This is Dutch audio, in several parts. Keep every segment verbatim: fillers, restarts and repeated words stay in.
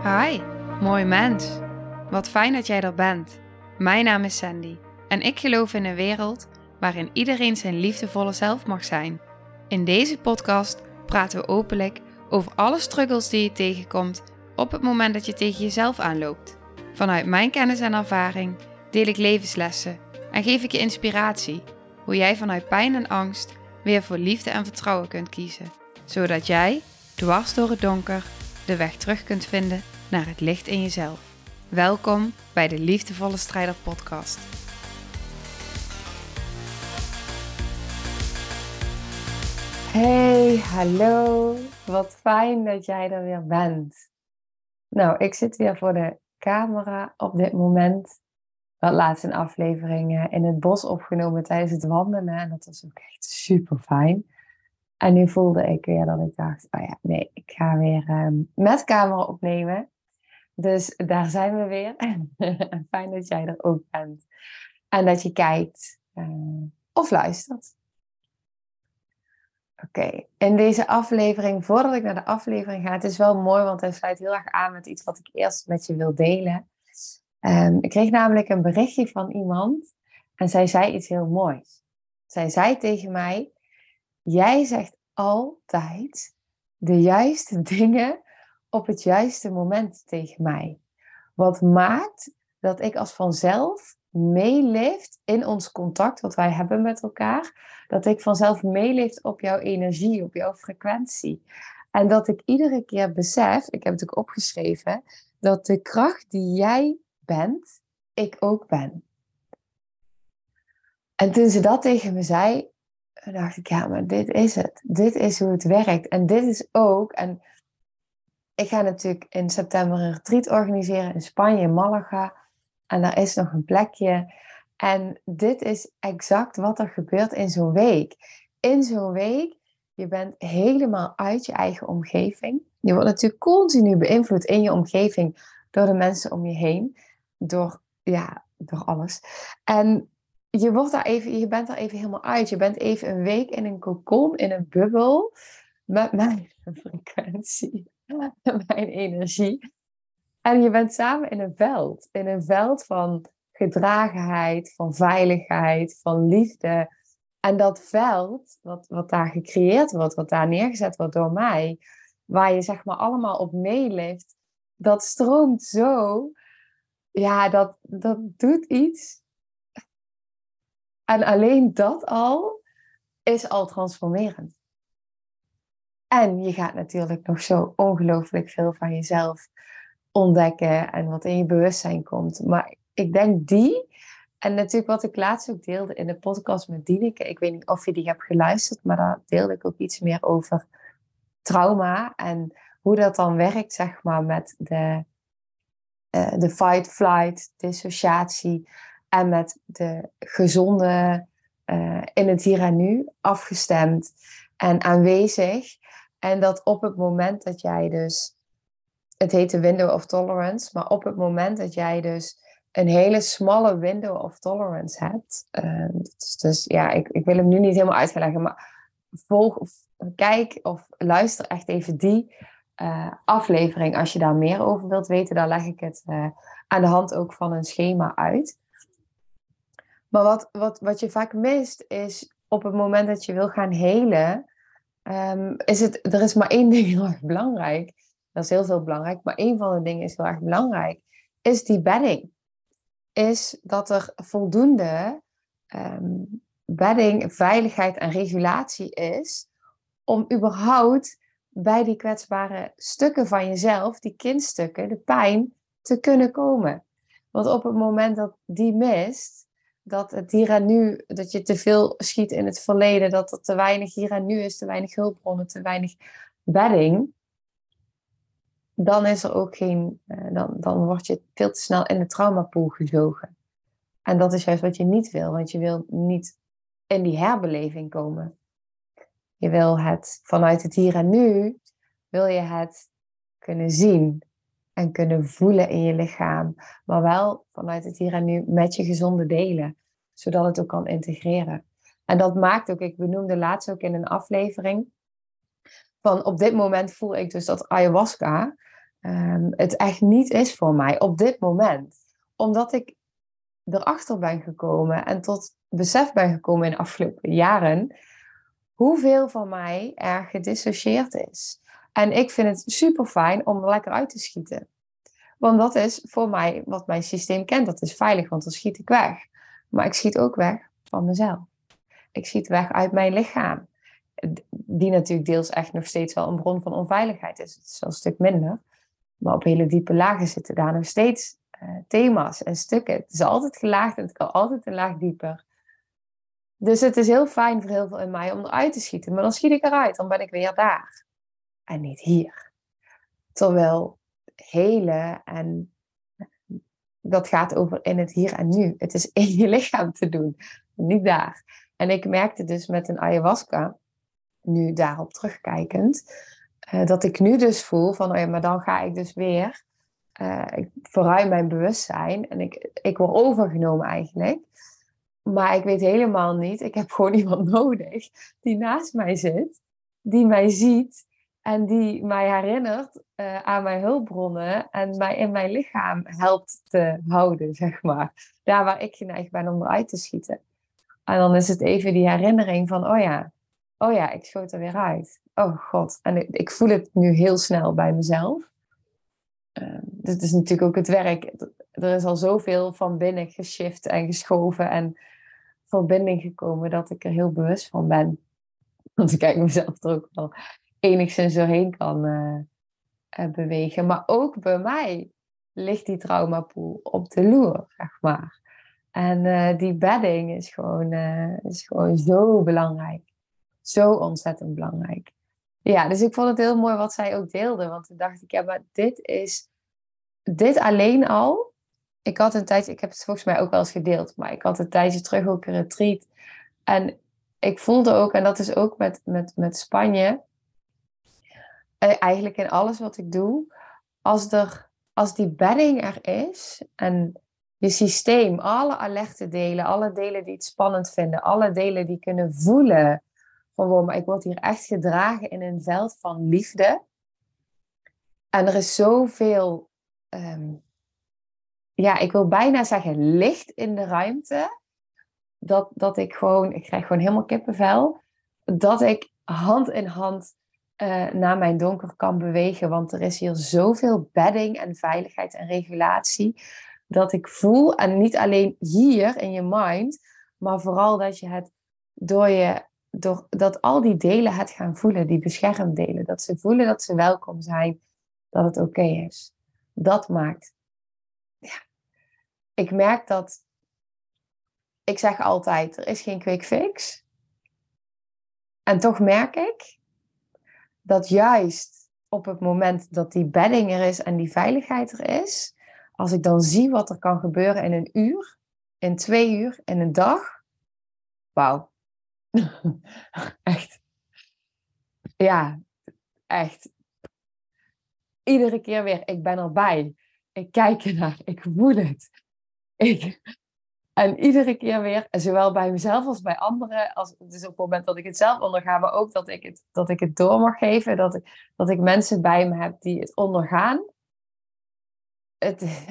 Hi, mooi mens. Wat fijn dat jij er bent. Mijn naam is Sandy en ik geloof in een wereld waarin iedereen zijn liefdevolle zelf mag zijn. In deze podcast praten we openlijk over alle struggles die je tegenkomt op het moment dat je tegen jezelf aanloopt. Vanuit mijn kennis en ervaring deel ik levenslessen en geef ik je inspiratie hoe jij vanuit pijn en angst weer voor liefde en vertrouwen kunt kiezen, zodat jij, dwars door het donker, de weg terug kunt vinden naar het licht in jezelf. Welkom bij de Liefdevolle Strijder podcast. Hey, hallo. Wat fijn dat jij er weer bent. Nou, ik zit weer voor de camera op dit moment. Dat laatst een aflevering in het bos opgenomen tijdens het wandelen. En dat was ook echt super fijn. En nu voelde ik weer dat ik dacht, oh ja, nee, ik ga weer um, met camera opnemen. Dus daar zijn we weer. Fijn dat jij er ook bent. En dat je kijkt uh, of luistert. Oké, okay. In deze aflevering, voordat ik naar de aflevering ga, het is wel mooi, want hij sluit heel erg aan met iets wat ik eerst met je wil delen. Um, ik kreeg namelijk een berichtje van iemand en zij zei iets heel moois. Zij zei tegen mij, jij zegt altijd de juiste dingen op het juiste moment tegen mij. Wat maakt dat ik als vanzelf meelift in ons contact wat wij hebben met elkaar. Dat ik vanzelf meelift op jouw energie, op jouw frequentie. En dat ik iedere keer besef, ik heb het ook opgeschreven, dat de kracht die jij bent, ik ook ben. En toen ze dat tegen me zei, dacht ik, ja, maar dit is het. Dit is hoe het werkt. En dit is ook, en ik ga natuurlijk in september een retreat organiseren in Spanje, in Malaga. En daar is nog een plekje. En dit is exact wat er gebeurt in zo'n week. In zo'n week, je bent helemaal uit je eigen omgeving. Je wordt natuurlijk continu beïnvloed in je omgeving door de mensen om je heen. Door, ja, door alles. En je, wordt daar even, je bent daar even helemaal uit. Je bent even een week in een cocon, in een bubbel. Met mijn frequentie. Mijn energie. En je bent samen in een veld. In een veld van gedragenheid, van veiligheid, van liefde. En dat veld, wat, wat daar gecreëerd wordt, wat daar neergezet wordt door mij, waar je zeg maar allemaal op meeleeft, dat stroomt zo. Ja, dat, dat doet iets. En alleen dat al is al transformerend. En je gaat natuurlijk nog zo ongelooflijk veel van jezelf ontdekken en wat in je bewustzijn komt. Maar ik denk die, en natuurlijk wat ik laatst ook deelde in de podcast met Dieneke, ik weet niet of je die hebt geluisterd, maar daar deelde ik ook iets meer over trauma en hoe dat dan werkt, zeg maar, met de, uh, de fight, flight, dissociatie en met de gezonde uh, in het hier en nu, afgestemd en aanwezig. En dat op het moment dat jij dus, het heet de window of tolerance, maar op het moment dat jij dus een hele smalle window of tolerance hebt, uh, dus, dus ja, ik, ik wil hem nu niet helemaal uit gaan leggen, maar volg of kijk of luister echt even die uh, aflevering als je daar meer over wilt weten. Daar leg ik het uh, aan de hand ook van een schema uit. Maar wat, wat, wat je vaak mist is op het moment dat je wil gaan helen, um, is het, er is maar één ding heel erg belangrijk. Dat is heel veel belangrijk, maar één van de dingen is heel erg belangrijk. Is die bedding. Is dat er voldoende um, bedding, veiligheid en regulatie is om überhaupt bij die kwetsbare stukken van jezelf, die kindstukken, de pijn, te kunnen komen. Want op het moment dat die mist, dat het hier en nu, dat je te veel schiet in het verleden, dat er te weinig hier en nu is, te weinig hulpbronnen, te weinig bedding, dan is er ook geen, uh, dan, dan word je veel te snel in de traumapool gezogen. En dat is juist wat je niet wil, want je wil niet in die herbeleving komen. Je wil het vanuit het hier en nu, wil je het kunnen zien en kunnen voelen in je lichaam, maar wel vanuit het hier en nu met je gezonde delen, zodat het ook kan integreren. En dat maakt ook, ik benoemde laatst ook in een aflevering, van op dit moment voel ik dus dat ayahuasca um, het echt niet is voor mij op dit moment. Omdat ik erachter ben gekomen en tot besef ben gekomen in de afgelopen jaren hoeveel van mij er gedissocieerd is. En ik vind het super fijn om er lekker uit te schieten. Want dat is voor mij wat mijn systeem kent. Dat is veilig, want dan schiet ik weg. Maar ik schiet ook weg van mezelf. Ik schiet weg uit mijn lichaam. Die natuurlijk deels echt nog steeds wel een bron van onveiligheid is. Het is wel een stuk minder. Maar op hele diepe lagen zitten daar nog steeds uh, thema's en stukken. Het is altijd gelaagd en het kan altijd een laag dieper. Dus het is heel fijn voor heel veel in mij om eruit te schieten. Maar dan schiet ik eruit, dan ben ik weer daar. En niet hier. Terwijl hele en dat gaat over in het hier en nu. Het is in je lichaam te doen, niet daar. En ik merkte dus met een ayahuasca, nu daarop terugkijkend, uh, dat ik nu dus voel van, oh ja, maar dan ga ik dus weer, uh, ik verruim mijn bewustzijn en ik, ik word overgenomen eigenlijk. Maar ik weet helemaal niet, ik heb gewoon iemand nodig die naast mij zit, die mij ziet en die mij herinnert uh, aan mijn hulpbronnen en mij in mijn lichaam helpt te houden, zeg maar. Daar waar ik geneigd ben om eruit te schieten. En dan is het even die herinnering van, oh ja, oh ja, ik schoot er weer uit. Oh god. En ik, ik voel het nu heel snel bij mezelf. Uh, dit is natuurlijk ook het werk. Er is al zoveel van binnen geshift en geschoven en verbinding gekomen dat ik er heel bewust van ben. Want ik kijk mezelf er ook wel enigszins doorheen kan uh, uh, bewegen. Maar ook bij mij ligt die traumapoel op de loer, zeg maar. En uh, die bedding is gewoon, uh, is gewoon zo belangrijk. Zo ontzettend belangrijk. Ja, dus ik vond het heel mooi wat zij ook deelde. Want toen dacht ik, ja, maar dit is... Dit alleen al... Ik had een tijdje... Ik heb het volgens mij ook wel eens gedeeld. Maar ik had een tijdje terug ook een retreat. En ik voelde ook... En dat is ook met, met, met Spanje... Eigenlijk in alles wat ik doe... Als, er, als die bedding er is... En je systeem, alle alerte delen... Alle delen die het spannend vinden... Alle delen die kunnen voelen... Van, wow, maar ik word hier echt gedragen in een veld van liefde. En er is zoveel... Um, ja, ik wil bijna zeggen licht in de ruimte. Dat, dat ik gewoon... Ik krijg gewoon helemaal kippenvel. Dat ik hand in hand uh, naar mijn donker kan bewegen. Want er is hier zoveel bedding en veiligheid en regulatie. Dat ik voel, en niet alleen hier in je mind... Maar vooral dat je het door je... Door, dat al die delen het gaan voelen, die beschermdelen. Dat ze voelen dat ze welkom zijn. Dat het oké okay is. Dat maakt... Ja. Ik merk dat... Ik zeg altijd, er is geen quick fix. En toch merk ik... dat juist op het moment dat die bedding er is... en die veiligheid er is... als ik dan zie wat er kan gebeuren in een uur... in twee uur, in een dag... Wauw. Echt. Ja, echt. Iedere keer weer, ik ben erbij. Ik kijk ernaar, ik voel het. Ik... En iedere keer weer, zowel bij mezelf als bij anderen, als, dus op het moment dat ik het zelf onderga, maar ook dat ik het, dat ik het door mag geven, dat ik, dat ik mensen bij me heb die het ondergaan. Het,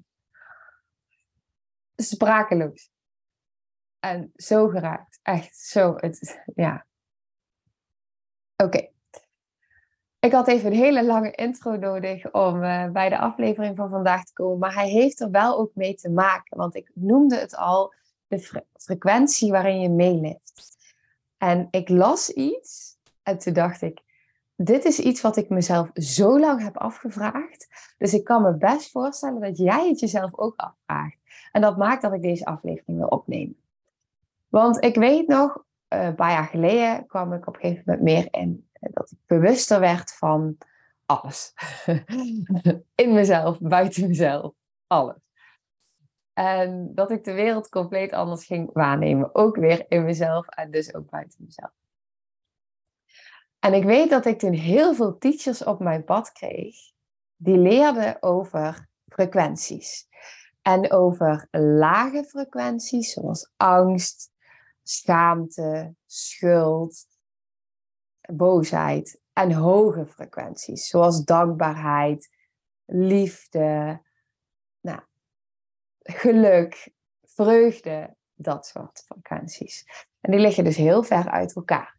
sprakeloos. En zo geraakt. Echt zo. Het, ja. Oké. Okay. Ik had even een hele lange intro nodig om uh, bij de aflevering van vandaag te komen. Maar hij heeft er wel ook mee te maken. Want ik noemde het al, de fre- frequentie waarin je meeleeft. En ik las iets en toen dacht ik, dit is iets wat ik mezelf zo lang heb afgevraagd. Dus ik kan me best voorstellen dat jij het jezelf ook afvraagt. En dat maakt dat ik deze aflevering wil opnemen. Want ik weet nog, uh, een paar jaar geleden kwam ik op een gegeven moment meer in... dat ik bewuster werd van alles. In mezelf, buiten mezelf, alles. En dat ik de wereld compleet anders ging waarnemen. Ook weer in mezelf en dus ook buiten mezelf. En ik weet dat ik toen heel veel teachers op mijn pad kreeg. Die leerden over frequenties. En over lage frequenties, zoals angst, schaamte, schuld, boosheid. En hoge frequenties, zoals dankbaarheid, liefde, nou, geluk, vreugde, dat soort frequenties. En die liggen dus heel ver uit elkaar.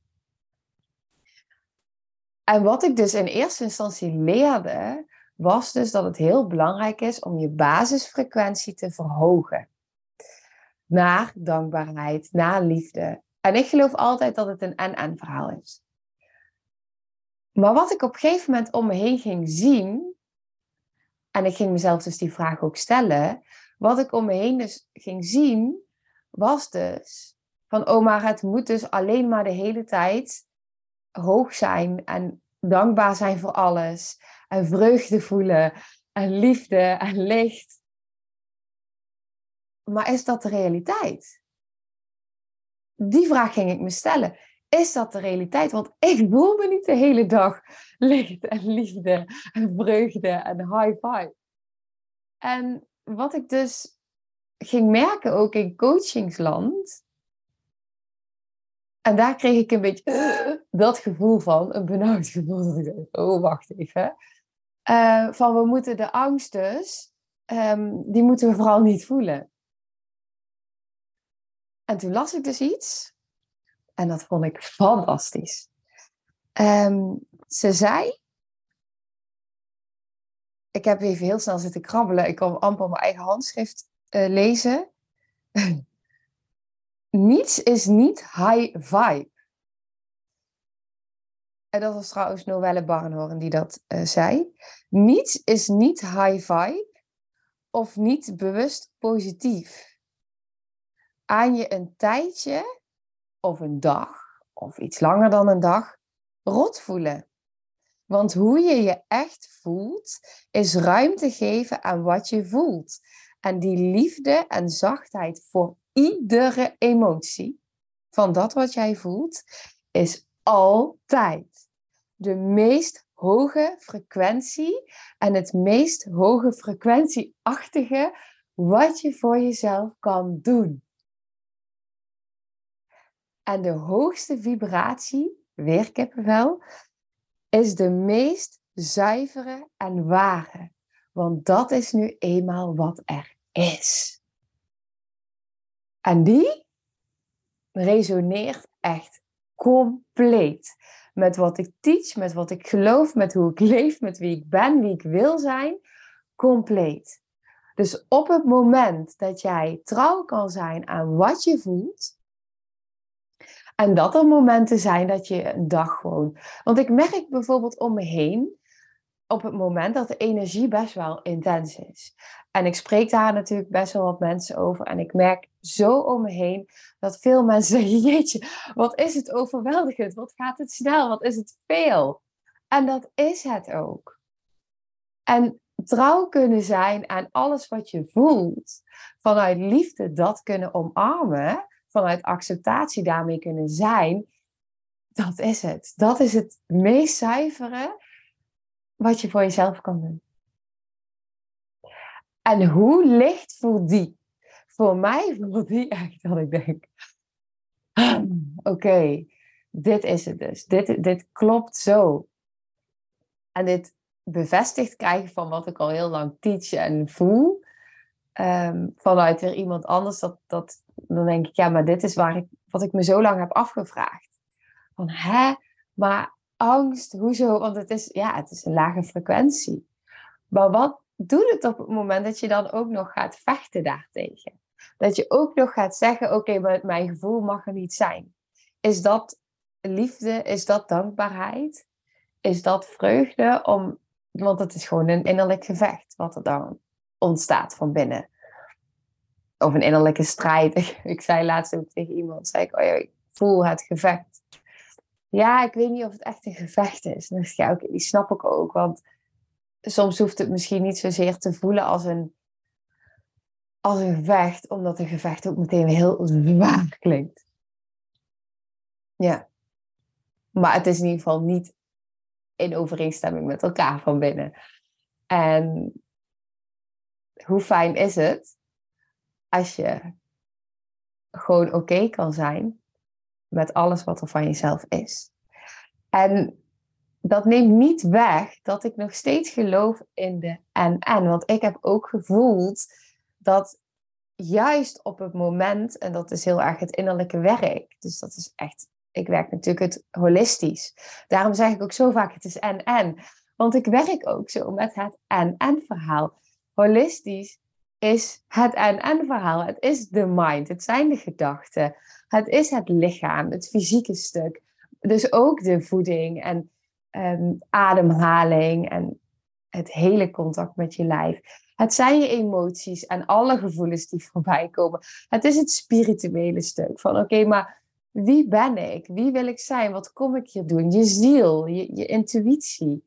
En wat ik dus in eerste instantie leerde, was dus dat het heel belangrijk is om je basisfrequentie te verhogen. Naar dankbaarheid, naar liefde. En ik geloof altijd dat het een en-en verhaal is. Maar wat ik op een gegeven moment om me heen ging zien, en ik ging mezelf dus die vraag ook stellen, wat ik om me heen dus ging zien, was dus van, oh, maar het moet dus alleen maar de hele tijd hoog zijn en dankbaar zijn voor alles en vreugde voelen en liefde en licht. Maar is dat de realiteit? Die vraag ging ik me stellen. Is dat de realiteit? Want ik voel me niet de hele dag licht en liefde en vreugde en high vibe. En wat ik dus ging merken ook in coachingsland, en daar kreeg ik een beetje uh, dat gevoel van, een benauwd gevoel. Dat ik dacht, oh, wacht even. Uh, van we moeten de angst dus, um, die moeten we vooral niet voelen. En toen las ik dus iets. En dat vond ik fantastisch. Um, ze zei, ik heb even heel snel zitten krabbelen. Ik kon amper mijn eigen handschrift uh, lezen. Niets is niet high vibe. En dat was trouwens Noelle Barnhoorn die dat uh, zei. Niets is niet high vibe of niet bewust positief. Aan je een tijdje of een dag of iets langer dan een dag rot voelen. Want hoe je je echt voelt is ruimte geven aan wat je voelt. En die liefde en zachtheid voor iedere emotie van dat wat jij voelt is altijd de meest hoge frequentie en het meest hoge frequentieachtige wat je voor jezelf kan doen. En de hoogste vibratie, weer kippenvel, is de meest zuivere en ware. Want dat is nu eenmaal wat er is. En die resoneert echt compleet met wat ik teach, met wat ik geloof, met hoe ik leef, met wie ik ben, wie ik wil zijn. Compleet. Dus op het moment dat jij trouw kan zijn aan wat je voelt, en dat er momenten zijn dat je een dag gewoon... Want ik merk bijvoorbeeld om me heen, op het moment dat de energie best wel intens is. En ik spreek daar natuurlijk best wel wat mensen over. En ik merk zo om me heen dat veel mensen zeggen, jeetje, wat is het overweldigend? Wat gaat het snel? Wat is het veel? En dat is het ook. En trouw kunnen zijn aan alles wat je voelt, vanuit liefde dat kunnen omarmen, vanuit acceptatie daarmee kunnen zijn, dat is het. Dat is het meest zuivere wat je voor jezelf kan doen. En hoe licht voelt die? Voor mij voelt die echt dat ik denk, oké, okay, dit is het dus. Dit, dit klopt zo. En dit bevestigd krijgen van wat ik al heel lang teach en voel, um, vanuit weer iemand anders, dat, dat, dan denk ik, ja, maar dit is waar ik, wat ik me zo lang heb afgevraagd. Van, hè, maar angst, hoezo? Want het is, ja, het is een lage frequentie. Maar wat doet het op het moment dat je dan ook nog gaat vechten daartegen? Dat je ook nog gaat zeggen, oké, okay, maar mijn gevoel mag er niet zijn. Is dat liefde? Is dat dankbaarheid? Is dat vreugde? Om, want het is gewoon een innerlijk gevecht wat er dan ontstaat van binnen. Of een innerlijke strijd. Ik, ik zei laatst ook tegen iemand, zei ik, oh ja, ik voel het gevecht. Ja, ik weet niet of het echt een gevecht is. En dan dacht ik, ja, oké, die snap ik ook. Want soms hoeft het misschien niet zozeer te voelen als een, als een gevecht. Omdat een gevecht ook meteen heel zwaar klinkt. Ja. Maar het is in ieder geval niet in overeenstemming met elkaar van binnen. En hoe fijn is het als je gewoon oké okay kan zijn met alles wat er van jezelf is. En dat neemt niet weg dat ik nog steeds geloof in de en-en. Want ik heb ook gevoeld dat juist op het moment, en dat is heel erg het innerlijke werk. Dus dat is echt, ik werk natuurlijk het holistisch. Daarom zeg ik ook zo vaak, het is en-en. Want ik werk ook zo met het en-en verhaal. Holistisch is het en-en verhaal. Het is de mind, het zijn de gedachten. Het is het lichaam, het fysieke stuk. Dus ook de voeding en um, ademhaling en het hele contact met je lijf. Het zijn je emoties en alle gevoelens die voorbij komen. Het is het spirituele stuk van oké, okay, maar wie ben ik? Wie wil ik zijn? Wat kom ik hier doen? Je ziel, je, je intuïtie.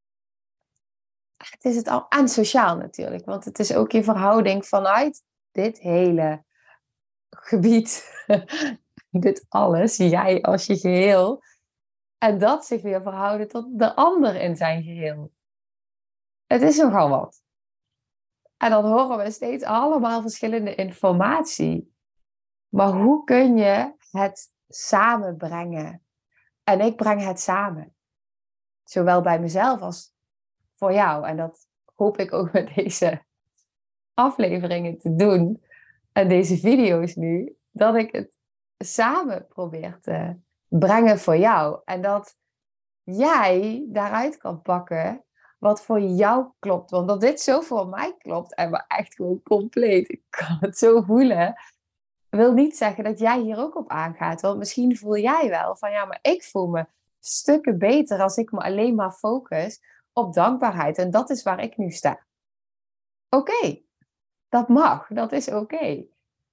Het is het al. En sociaal natuurlijk, want het is ook je verhouding vanuit dit hele gebied. Dit alles, jij als je geheel. En dat zich weer verhouden tot de ander in zijn geheel. Het is nogal wat. En dan horen we steeds allemaal verschillende informatie. Maar hoe kun je het samenbrengen? En ik breng het samen. Zowel bij mezelf als voor jou. En dat hoop ik ook met deze afleveringen te doen. En deze video's nu. Dat ik het samen probeer te brengen voor jou. En dat jij daaruit kan pakken wat voor jou klopt. Want dat dit zo voor mij klopt en maar echt gewoon compleet. Ik kan het zo voelen. Wil niet zeggen dat jij hier ook op aangaat. Want misschien voel jij wel van ja, maar ik voel me stukken beter als ik me alleen maar focus op dankbaarheid. En dat is waar ik nu sta. Oké, okay, dat mag. Dat is oké. Okay.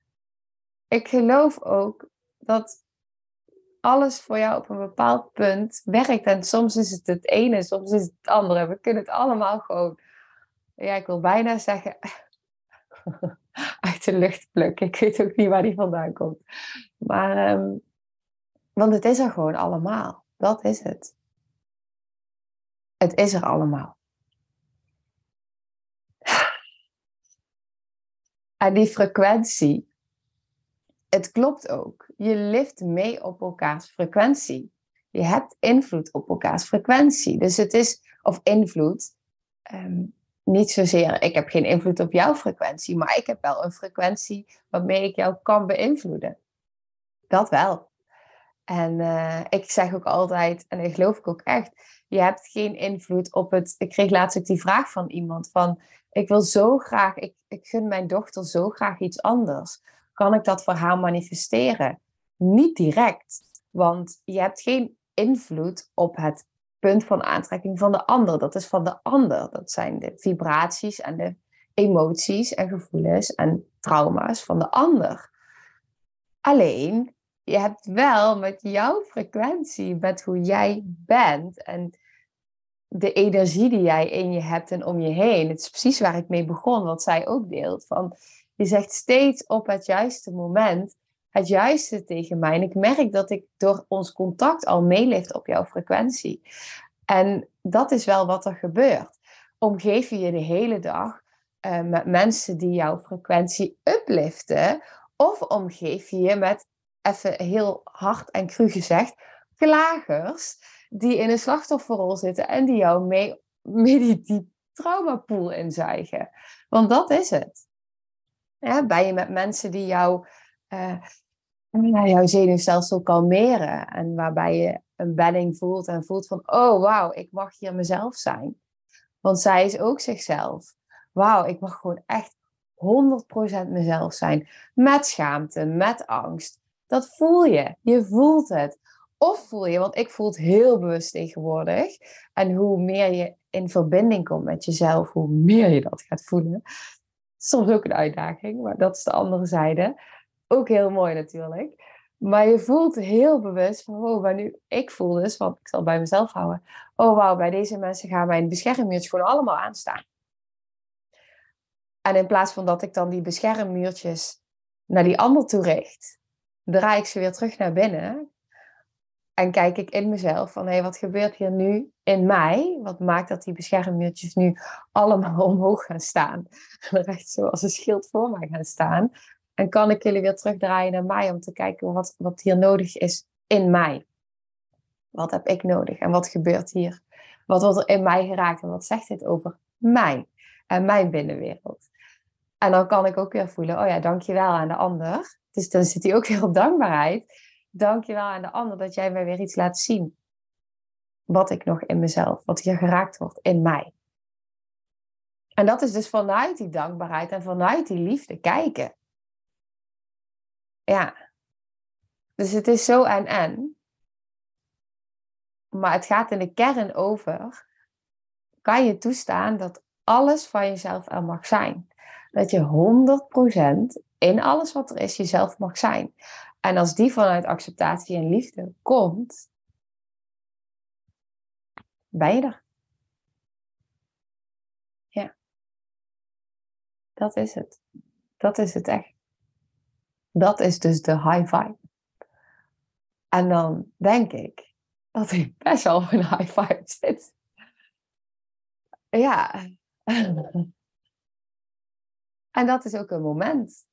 Ik geloof ook dat alles voor jou op een bepaald punt werkt. En soms is het het ene, soms is het het andere. We kunnen het allemaal gewoon, ja, ik wil bijna zeggen, uit de lucht plukken. Ik weet ook niet waar die vandaan komt. Maar, um, want het is er gewoon allemaal. Dat is het. Het is er allemaal. En die frequentie, het klopt ook. Je lift mee op elkaars frequentie. Je hebt invloed op elkaars frequentie. Dus het is, of invloed, um, niet zozeer, ik heb geen invloed op jouw frequentie, maar ik heb wel een frequentie waarmee ik jou kan beïnvloeden. Dat wel. En uh, ik zeg ook altijd, en dat geloof ik ook echt, je hebt geen invloed op het... Ik kreeg laatst ook die vraag van iemand van, ik wil zo graag, ik, ik gun mijn dochter zo graag iets anders. Kan ik dat voor haar manifesteren? Niet direct, want je hebt geen invloed op het punt van aantrekking van de ander. Dat is van de ander. Dat zijn de vibraties en de emoties en gevoelens en trauma's van de ander. Alleen, je hebt wel met jouw frequentie, met hoe jij bent en de energie die jij in je hebt en om je heen. Het is precies waar ik mee begon, wat zij ook deelt. Van, je zegt steeds op het juiste moment het juiste tegen mij. En ik merk dat ik door ons contact al meelift op jouw frequentie. En dat is wel wat er gebeurt. Omgeef je je de hele dag uh, met mensen die jouw frequentie upliften, of omgeef je je met, even heel hard en cru gezegd, klagers die in een slachtofferrol zitten en die jou mee, mee die, die traumapoel inzuigen. Want dat is het. Ja, ben je met mensen die jou, uh, jouw zenuwstelsel kalmeren en waarbij je een bedding voelt en voelt van, oh wauw, ik mag hier mezelf zijn. Want zij is ook zichzelf. Wauw, ik mag gewoon echt honderd procent mezelf zijn. Met schaamte, met angst. Dat voel je. Je voelt het. Of voel je, want ik voel het heel bewust tegenwoordig. En hoe meer je in verbinding komt met jezelf, hoe meer je dat gaat voelen. Soms ook een uitdaging, maar dat is de andere zijde. Ook heel mooi natuurlijk. Maar je voelt heel bewust van, oh, maar nu, ik voel dus, want ik zal bij mezelf houden. Oh wauw, bij deze mensen gaan mijn beschermmuurtjes gewoon allemaal aanstaan. En in plaats van dat ik dan die beschermmuurtjes naar die ander toe richt, draai ik ze weer terug naar binnen. En kijk ik in mezelf van, hé, hey, wat gebeurt hier nu in mij? Wat maakt dat die beschermmuurtjes nu allemaal omhoog gaan staan? En echt zo als een schild voor mij gaan staan. En kan ik jullie weer terugdraaien naar mij om te kijken wat, wat hier nodig is in mij. Wat heb ik nodig en wat gebeurt hier Wat wordt er in mij geraakt en wat zegt dit over mij en mijn binnenwereld? En dan kan ik ook weer voelen, oh ja, dankjewel aan de ander. Dus dan zit hij ook weer op dankbaarheid. Dankjewel aan de ander dat jij mij weer iets laat zien. Wat ik nog in mezelf, wat hier geraakt wordt in mij. En dat is dus vanuit die dankbaarheid en vanuit die liefde kijken. Ja. Dus het is zo en en. Maar het gaat in de kern over, kan je toestaan dat alles van jezelf er mag zijn. Dat je honderd procent in alles wat er is jezelf mag zijn. En als die vanuit acceptatie en liefde komt, ben je er. Ja. Dat is het. Dat is het echt. Dat is dus de high vibe. En dan denk ik dat ik best wel op een high vibe zit. Ja. En dat is ook een moment.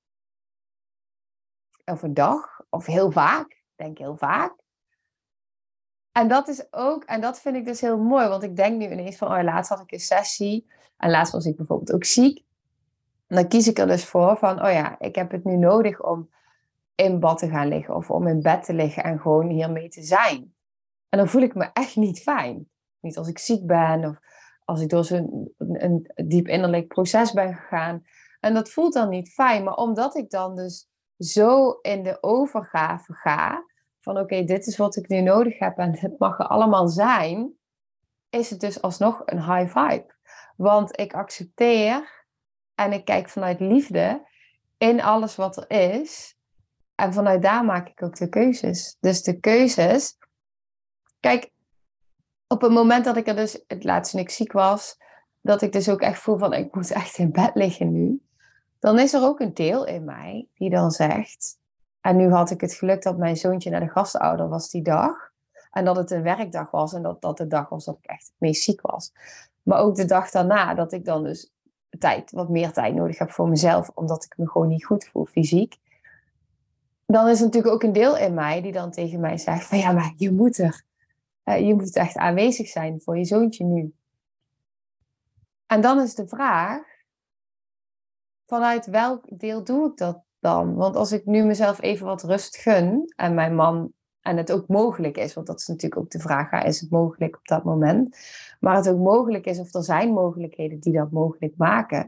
Of een dag. Of heel vaak. Ik denk heel vaak. En dat is ook, en dat vind ik dus heel mooi. Want ik denk nu ineens van, oh, laatst had ik een sessie. En laatst was ik bijvoorbeeld ook ziek. En dan kies ik er dus voor van, oh ja, ik heb het nu nodig om in bad te gaan liggen. Of om in bed te liggen en gewoon hiermee te zijn. En dan voel ik me echt niet fijn. Niet als ik ziek ben of als ik door zo'n een, een diep innerlijk proces ben gegaan. En dat voelt dan niet fijn. Maar omdat ik dan dus zo in de overgave ga. Van oké, okay, dit is wat ik nu nodig heb en het mag er allemaal zijn. Is het dus alsnog een high vibe. Want ik accepteer en ik kijk vanuit liefde in alles wat er is. En vanuit daar maak ik ook de keuzes. Dus de keuzes. Kijk, op het moment dat ik er dus, het laatst toen ik ziek was, dat ik dus ook echt voel van, ik moet echt in bed liggen nu. Dan is er ook een deel in mij die dan zegt, en nu had ik het geluk dat mijn zoontje naar de gastouder was die dag. En dat het een werkdag was en dat dat de dag was dat ik echt het meest ziek was. Maar ook de dag daarna, dat ik dan dus tijd, wat meer tijd nodig heb voor mezelf, omdat ik me gewoon niet goed voel fysiek. Dan is er natuurlijk ook een deel in mij die dan tegen mij zegt van, ja, maar je moet er. Uh, je moet echt aanwezig zijn voor je zoontje nu. En dan is de vraag, vanuit welk deel doe ik dat dan? Want als ik nu mezelf even wat rust gun, en mijn man, en het ook mogelijk is, want dat is natuurlijk ook de vraag, ja, is het mogelijk op dat moment? Maar het ook mogelijk is, of er zijn mogelijkheden die dat mogelijk maken.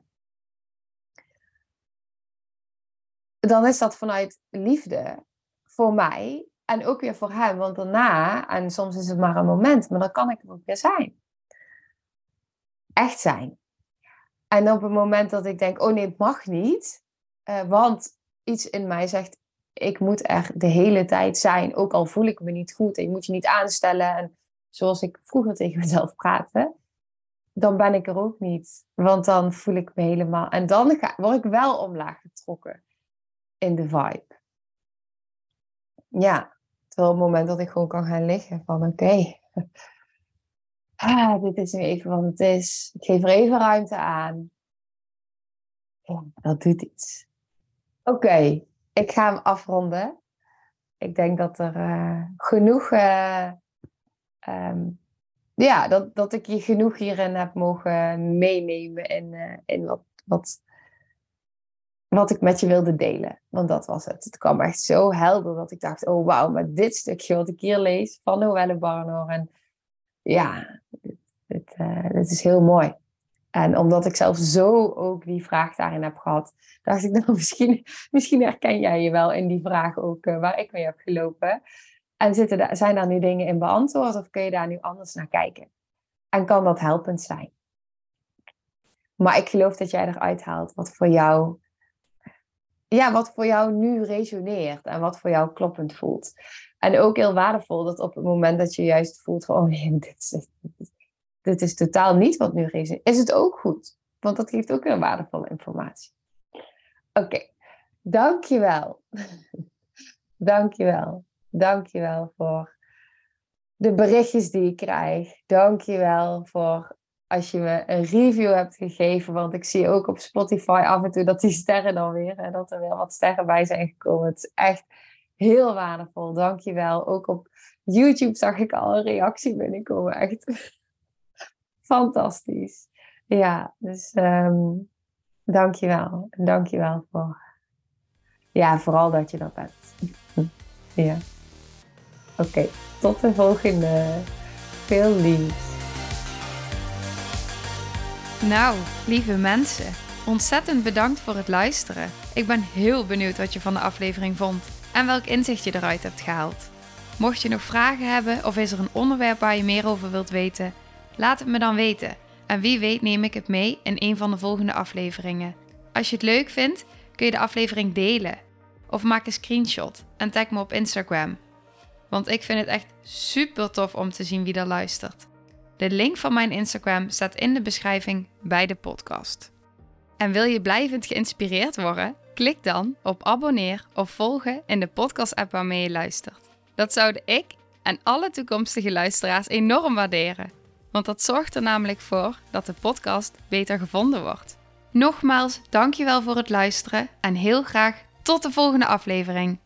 Dan is dat vanuit liefde voor mij. En ook weer voor hem, want daarna, en soms is het maar een moment, maar dan kan ik er ook weer zijn. Echt zijn. En op het moment dat ik denk, oh nee, het mag niet. Uh, want iets in mij zegt, ik moet er de hele tijd zijn. Ook al voel ik me niet goed. En je moet je niet aanstellen. En zoals ik vroeger tegen mezelf praatte. Dan ben ik er ook niet. Want dan voel ik me helemaal... En dan ga, word ik wel omlaag getrokken. In de vibe. Ja. Terwijl op het moment dat ik gewoon kan gaan liggen. Van oké. Okay, ah, dit is nu even wat het is. Ik geef er even ruimte aan. Ja, dat doet iets. Oké, okay, ik ga hem afronden. Ik denk dat er uh, genoeg... Uh, um, ja, dat, dat ik je genoeg hierin heb mogen meenemen in, uh, in wat, wat, wat ik met je wilde delen. Want dat was het. Het kwam echt zo helder dat ik dacht, oh wauw, maar dit stukje wat ik hier lees van Noelle Barnor. En ja, dit, dit, uh, dit is heel mooi. En omdat ik zelf zo ook die vraag daarin heb gehad, dacht ik, nou, misschien, misschien herken jij je wel in die vraag ook uh, waar ik mee heb gelopen. En zitten daar, zijn daar nu dingen in beantwoord of kun je daar nu anders naar kijken? En kan dat helpend zijn? Maar ik geloof dat jij eruit haalt wat voor jou, ja, wat voor jou nu resoneert en wat voor jou kloppend voelt. En ook heel waardevol dat op het moment dat je juist voelt van, oh nee, dit is, dit is dit is totaal niet wat nu resoneert, is het ook goed. Want dat geeft ook weer waardevolle informatie. Oké, okay. Dankjewel. Dankjewel. Dankjewel voor de berichtjes die ik krijg. Dankjewel voor als je me een review hebt gegeven. Want ik zie ook op Spotify af en toe dat die sterren dan weer, en dat er weer wat sterren bij zijn gekomen. Het is echt heel waardevol. Dankjewel. Ook op YouTube zag ik al een reactie binnenkomen. Echt... Fantastisch. Ja, dus um, dankjewel. Dankjewel voor... Ja, vooral dat je dat bent. Ja. Oké, okay, tot de volgende. Veel liefs. Nou, lieve mensen, ontzettend bedankt voor het luisteren. Ik ben heel benieuwd wat je van de aflevering vond en welk inzicht je eruit hebt gehaald. Mocht je nog vragen hebben of is er een onderwerp waar je meer over wilt weten, laat het me dan weten. En wie weet neem ik het mee in een van de volgende afleveringen. Als je het leuk vindt, kun je de aflevering delen. Of maak een screenshot en tag me op Instagram. Want ik vind het echt super tof om te zien wie er luistert. De link van mijn Instagram staat in de beschrijving bij de podcast. En wil je blijvend geïnspireerd worden? Klik dan op abonneer of volgen in de podcast-app waarmee je luistert. Dat zouden ik en alle toekomstige luisteraars enorm waarderen. Want dat zorgt er namelijk voor dat de podcast beter gevonden wordt. Nogmaals, dankjewel voor het luisteren en heel graag tot de volgende aflevering.